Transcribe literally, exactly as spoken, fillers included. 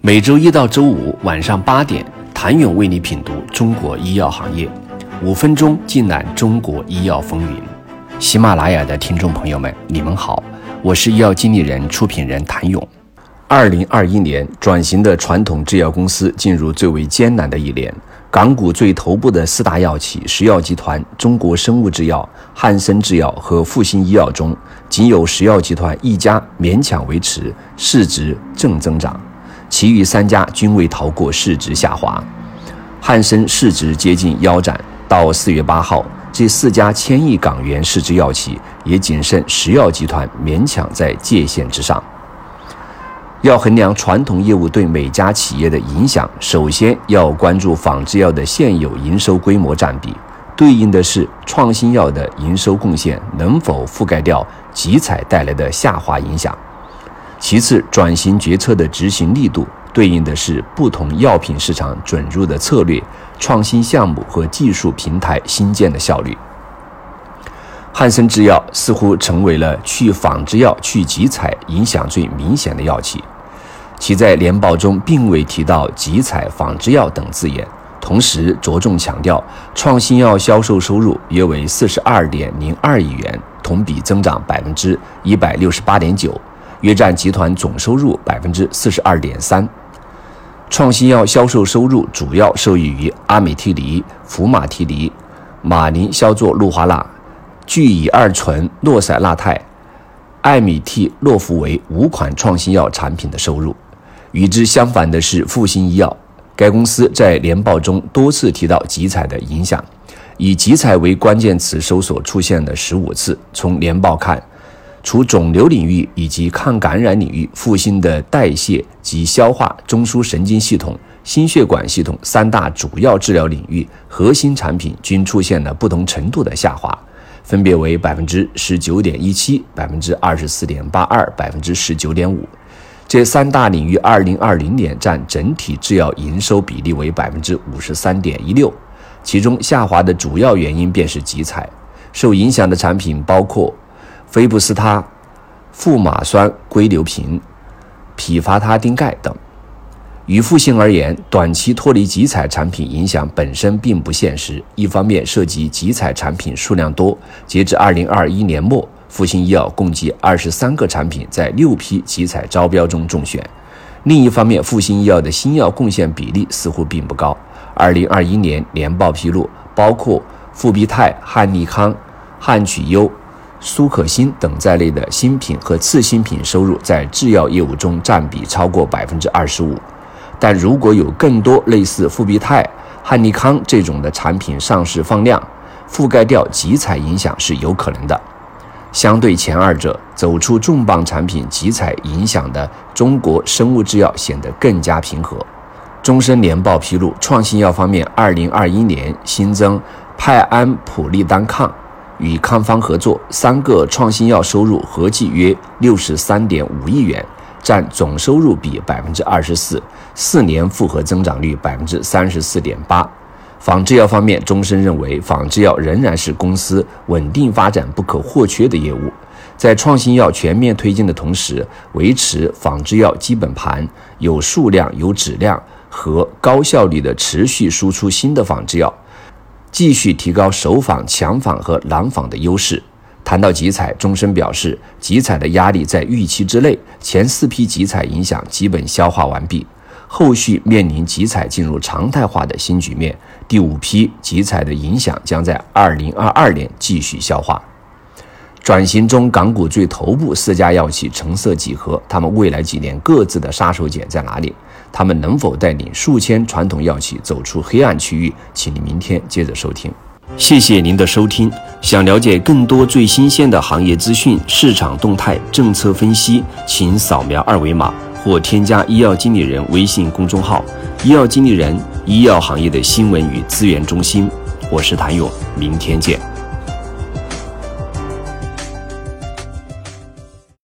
每周一到周五晚上八点，谭勇为你品读中国医药行业，五分钟尽览中国医药风云。喜马拉雅的听众朋友们，你们好，我是医药经理人、出品人谭勇。二零二一年，转型的传统制药公司进入最为艰难的一年。港股最头部的四大药企石药集团、中国生物制药、汉森制药和复星医药中，仅有石药集团一家勉强维持市值正增长，其余三家均未逃过市值下滑。汉森市值接近腰斩，到四月八号，这四家千亿港元市值药企也仅剩石药集团勉强在界限之上。要衡量传统业务对每家企业的影响，首先要关注仿制药的现有营收规模占比，对应的是创新药的营收贡献能否覆盖掉集采带来的下滑影响。其次，转型决策的执行力度，对应的是不同药品市场准入的策略、创新项目和技术平台新建的效率。汉森制药似乎成为了去仿制药、去集采影响最明显的药企，其在年报中并未提到集采、仿制药等字眼，同时着重强调创新药销售收入约为 四十二点零二亿元，同比增长 百分之一百六十八点九， 约占集团总收入 百分之四十二点三。创新药销售收入主要受益于阿美替尼、福马替尼、马林硝唑氯化钠、聚乙二醇诺塞纳肽、艾米替洛福韦五款创新药产品的收入。与之相反的是复星医药，该公司在年报中多次提到集采的影响，以集采为关键词搜索出现了十五次。从年报看，除肿瘤领域以及抗感染领域，复星的代谢及消化、中枢神经系统、心血管系统三大主要治疗领域核心产品均出现了不同程度的下滑，分别为 百分之十九点一七、百分之二十四点八二、百分之十九点五。这三大领域二零二零年占整体制药营收比例为 百分之五十三点一六， 其中下滑的主要原因便是集采。受影响的产品包括菲布斯他、富马酸硅硫平、匹伐他汀钙等。与复星而言，短期脱离集采产品影响本身并不现实。一方面，涉及集采产品数量多，截至二零二一年末，复星医药共计二十三个产品在六批集采招标中中选。另一方面，复星医药的新药贡献比例似乎并不高。二零二一年年报披露，包括复必泰、汉利康、汉曲优、苏可欣等在内的新品和次新品收入在制药业务中占比超过 百分之二十五。但如果有更多类似复必泰、汉利康这种的产品上市放量，覆盖掉集采影响是有可能的。相对前二者，走出重磅产品集采影响的中国生物制药显得更加平和。中生年报披露，创新药方面，二零二一年新增派安普利单抗，与康方合作，三个创新药收入合计约 六十三点五亿元，占总收入比 百分之二十四， 四年复合增长率 百分之三十四点八。 仿制药方面，中生认为仿制药仍然是公司稳定发展不可或缺的业务，在创新药全面推进的同时，维持仿制药基本盘，有数量有质量和高效率的持续输出新的仿制药，继续提高首仿、强仿和廊仿的优势。谈到集采，中生表示，集采的压力在预期之内，前四批集采影响基本消化完毕，后续面临集采进入常态化的新局面，第五批集采的影响将在二零二二年继续消化。转型中港股最头部四家药企成色几何，他们未来几年各自的杀手锏在哪里？他们能否带领数千传统药企走出黑暗区域？请你明天接着收听。谢谢您的收听。想了解更多最新鲜的行业资讯、市场动态、政策分析，请扫描二维码或添加医药经理人微信公众号“医药经理人”，医药行业的新闻与资源中心。我是谭勇，明天见。